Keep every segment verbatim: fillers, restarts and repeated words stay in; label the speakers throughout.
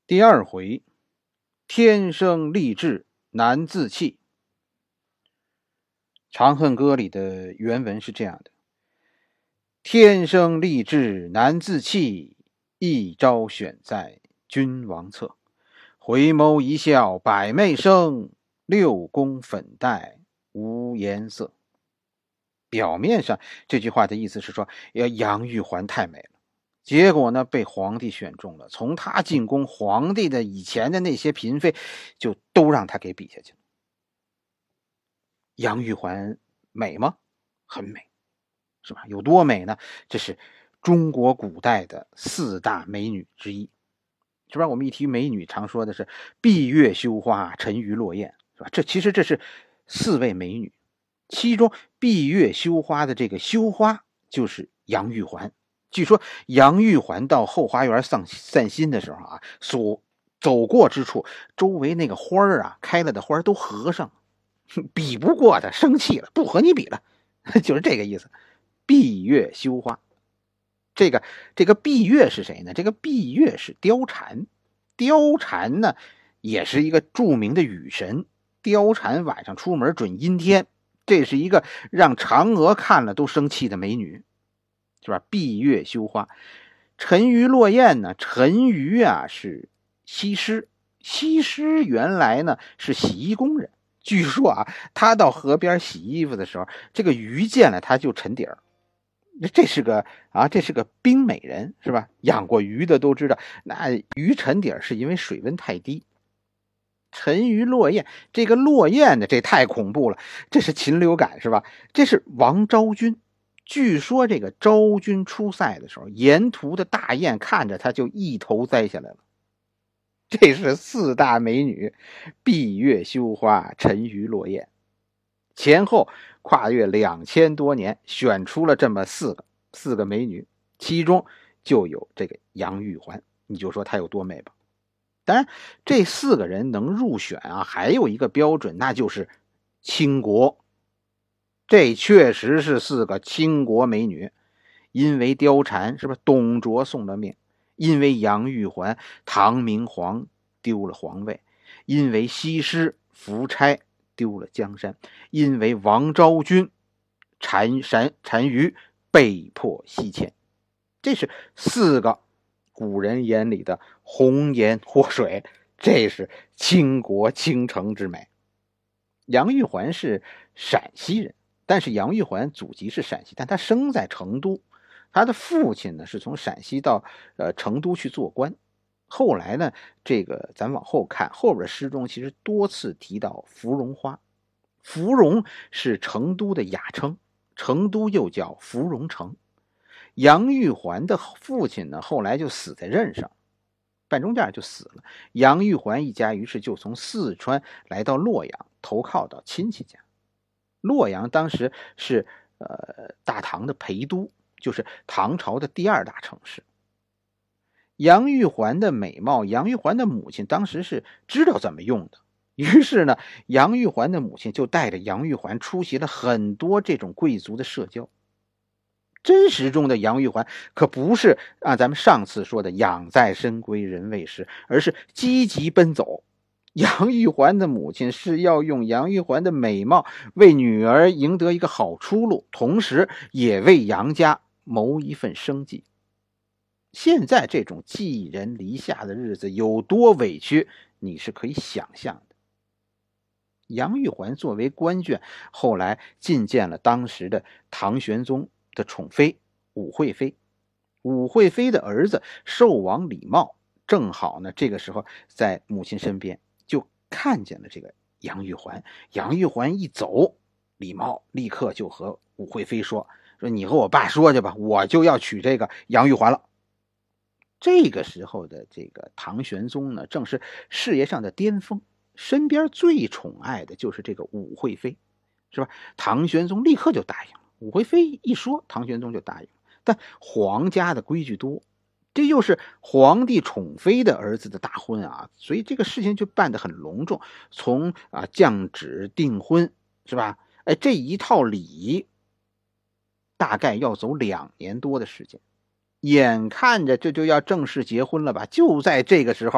Speaker 1: 第二回，天生丽质难自弃。长恨歌里的原文是这样的：天生丽质难自弃，一朝选在君王侧。回眸一笑百媚生，六宫粉黛无颜色。表面上这句话的意思是说，杨玉环太美了，结果呢，被皇帝选中了。从他进宫，皇帝的以前的那些嫔妃就都让他给比下去了。杨玉环美吗？很美，是吧？有多美呢？这是中国古代的四大美女之一，是吧？我们一提美女，常说的是闭月羞花，沉鱼落雁，是吧？这其实这是四位美女，其中闭月羞花的这个羞花就是杨玉环。据说杨玉环到后花园散散心的时候啊，所走过之处，周围那个花儿啊，开了的花都合上，比不过的，生气了，不和你比了，就是这个意思。闭月羞花，这个这个闭月是谁呢？这个闭月是貂蝉，貂蝉呢也是一个著名的雨神，貂蝉晚上出门准阴天，这是一个让嫦娥看了都生气的美女，是吧？闭月羞花。沉鱼落雁呢，沉鱼啊是西施，西施原来呢是洗衣工人，据说啊，他到河边洗衣服的时候，这个鱼见了他就沉底儿。这是个啊，这是个冰美人，是吧？养过鱼的都知道，那鱼沉底儿是因为水温太低。沉鱼落雁，这个落雁呢，这太恐怖了，这是禽流感，是吧？这是王昭君。据说这个昭君出塞的时候，沿途的大雁看着他就一头栽下来了。这是四大美女，闭月羞花，沉鱼落雁，前后跨越两千多年，选出了这么四个四个美女，其中就有这个杨玉环，你就说她有多美吧。当然，这四个人能入选啊，还有一个标准，那就是倾国。这确实是四个倾国美女，因为貂蝉是不是董卓送了命，因为杨玉环唐明皇丢了皇位，因为西施夫差丢了江山，因为王昭君单单单于被迫西迁。这是四个古人眼里的红颜祸水，这是倾国倾城之美。杨玉环是陕西人，但是杨玉环祖籍是陕西，但她生在成都。她的父亲呢是从陕西到呃成都去做官。后来呢，这个咱往后看，后边诗中其实多次提到芙蓉花。芙蓉是成都的雅称，成都又叫芙蓉城。杨玉环的父亲呢，后来就死在任上，半中间就死了。杨玉环一家于是就从四川来到洛阳，投靠到亲戚家。洛阳当时是呃大唐的陪都，就是唐朝的第二大城市。杨玉环的美貌，杨玉环的母亲当时是知道怎么用的，于是呢，杨玉环的母亲就带着杨玉环出席了很多这种贵族的社交。真实中的杨玉环可不是按咱们上次说的养在深闺人未识，而是积极奔走。杨玉环的母亲是要用杨玉环的美貌为女儿赢得一个好出路，同时也为杨家谋一份生计。现在这种寄人篱下的日子有多委屈，你是可以想象的。杨玉环作为官眷，后来觐见了当时的唐玄宗的宠妃武惠妃。武惠妃的儿子寿王李瑁正好呢，这个时候在母亲身边，就看见了这个杨玉环。杨玉环一走，李瑁立刻就和武惠妃说说你和我爸说去吧，我就要娶这个杨玉环了。这个时候的这个唐玄宗呢，正是事业上的巅峰，身边最宠爱的就是这个武惠妃，是吧？唐玄宗立刻就答应了。武惠妃一说，唐玄宗就答应了。但皇家的规矩多，这又是皇帝宠妃的儿子的大婚啊，所以这个事情就办得很隆重，从啊降旨订婚，是吧？哎，这一套礼仪大概要走两年多的时间。眼看着这就要正式结婚了吧，就在这个时候，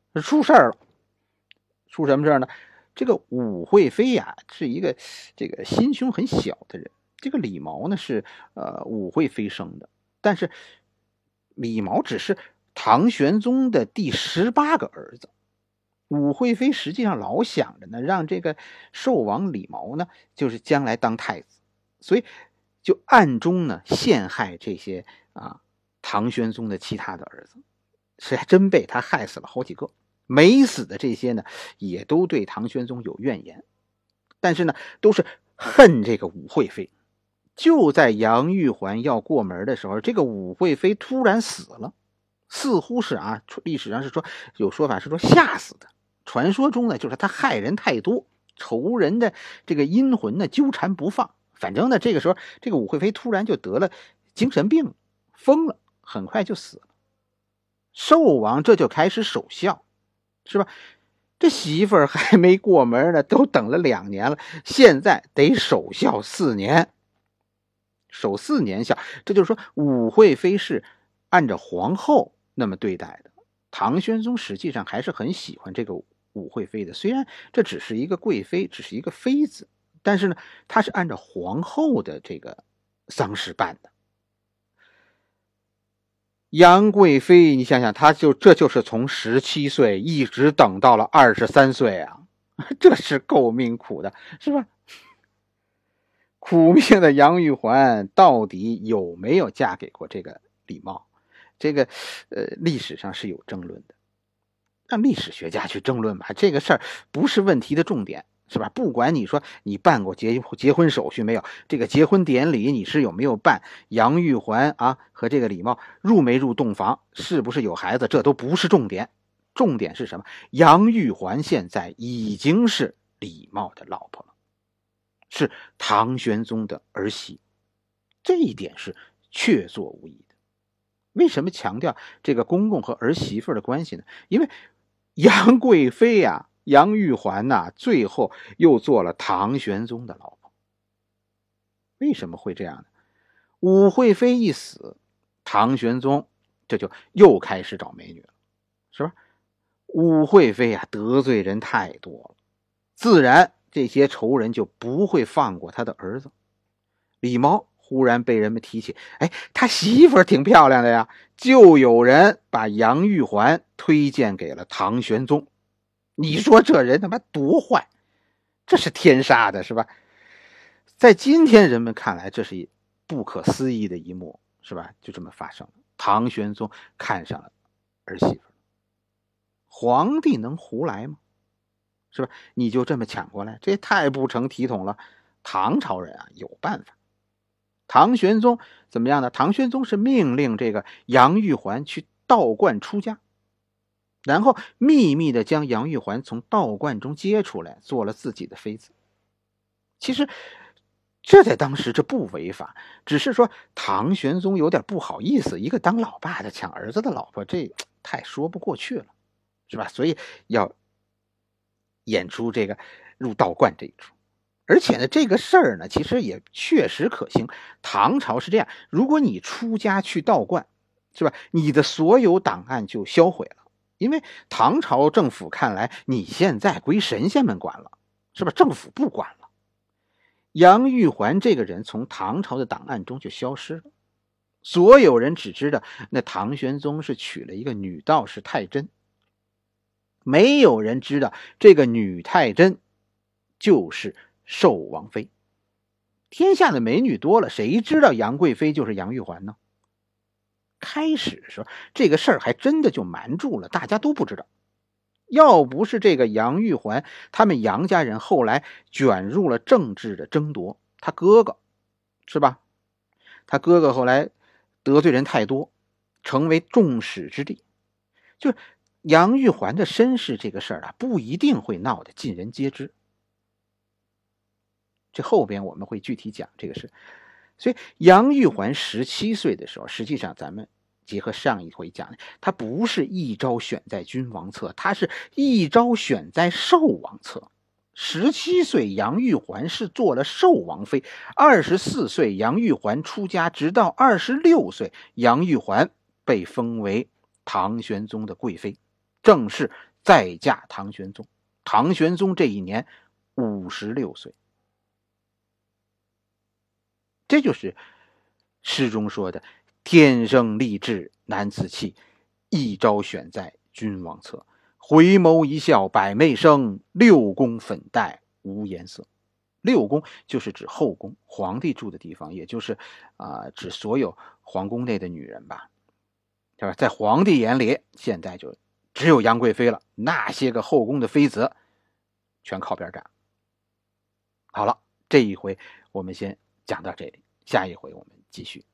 Speaker 1: 出事儿了。出什么事儿呢？这个武惠妃呀、啊，是一个这个心胸很小的人。这个李毛呢是呃武惠妃生的，但是李毛只是唐玄宗的第十八个儿子。武惠妃实际上老想着呢，让这个寿王李毛呢，就是将来当太子，所以就暗中呢陷害这些啊唐玄宗的其他的儿子，是还真被他害死了好几个。没死的这些呢，也都对唐玄宗有怨言，但是呢，都是恨这个武惠妃。就在杨玉环要过门的时候，这个武惠妃突然死了，似乎是啊，历史上是说有说法是说吓死的，传说中呢就是他害人太多，仇人的这个阴魂呢纠缠不放。反正呢，这个时候这个武惠妃突然就得了精神病，疯了，很快就死了。寿王这就开始守孝。是吧？这媳妇儿还没过门呢，都等了两年了，现在得守孝四年，守四年孝。这就是说，武惠妃是按照皇后那么对待的。唐玄宗实际上还是很喜欢这个武惠妃的，虽然这只是一个贵妃，只是一个妃子，但是呢，他是按照皇后的这个丧事办的。杨贵妃，你想想，她就这就是从十七岁一直等到了二十三岁啊，这是够命苦的，是吧？苦命的杨玉环到底有没有嫁给过这个李瑁？这个呃，历史上是有争论的，让历史学家去争论吧，这个事儿不是问题的重点。是吧？不管你说你办过结结婚手续没有，这个结婚典礼你是有没有办，杨玉环啊和这个李瑁入没入洞房，是不是有孩子，这都不是重点。重点是什么？杨玉环现在已经是李瑁的老婆了，是唐玄宗的儿媳，这一点是确凿无疑的。为什么强调这个公公和儿媳妇的关系呢？因为杨贵妃呀、啊杨玉环呐、啊，最后又做了唐玄宗的老婆。为什么会这样呢？武惠妃一死，唐玄宗这就又开始找美女了，是吧？武惠妃啊，得罪人太多了，自然这些仇人就不会放过他的儿子。李瑁忽然被人们提起，哎，他媳妇儿挺漂亮的呀，就有人把杨玉环推荐给了唐玄宗。你说这人他妈多坏，这是天杀的，是吧？在今天人们看来，这是不可思议的一幕，是吧？就这么发生了。唐玄宗看上了儿媳妇，皇帝能胡来吗？是吧？你就这么抢过来，这也太不成体统了。唐朝人啊有办法。唐玄宗怎么样呢？唐玄宗是命令这个杨玉环去道观出家，然后秘密的将杨玉环从道观中接出来，做了自己的妃子。其实这在当时这不违法，只是说唐玄宗有点不好意思，一个当老爸的抢儿子的老婆，这太说不过去了，是吧？所以要演出这个入道观这一出。而且呢，这个事儿呢，其实也确实可行。唐朝是这样，如果你出家去道观，是吧？你的所有档案就销毁了。因为唐朝政府看来你现在归神仙们管了，是吧？政府不管了。杨玉环这个人从唐朝的档案中就消失了，所有人只知道那唐玄宗是娶了一个女道士太真，没有人知道这个女太真就是寿王妃。天下的美女多了，谁知道杨贵妃就是杨玉环呢？开始的时候这个事儿还真的就瞒住了，大家都不知道。要不是这个杨玉环他们杨家人后来卷入了政治的争夺，他哥哥是吧？他哥哥后来得罪人太多，成为众矢之的。就是杨玉环的身世这个事儿啊，不一定会闹得尽人皆知。这后边我们会具体讲这个事。所以杨玉环十七岁的时候，实际上咱们结合上一回讲，他不是一朝选在君王侧，他是一朝选在寿王侧。十七岁杨玉环是做了寿王妃，二十四岁杨玉环出家，直到二十六岁杨玉环被封为唐玄宗的贵妃。 正式再嫁唐玄宗。唐玄宗这一年五十六岁。这就是诗中说的天生丽质难自弃，一朝选在君王侧，回眸一笑百媚生，六宫粉黛无颜色。六宫就是指后宫，皇帝住的地方，也就是啊、呃，指所有皇宫内的女人吧，对吧？在皇帝眼里，现在就只有杨贵妃了，那些个后宫的妃子全靠边站。好了，这一回我们先讲到这里，下一回我们继续。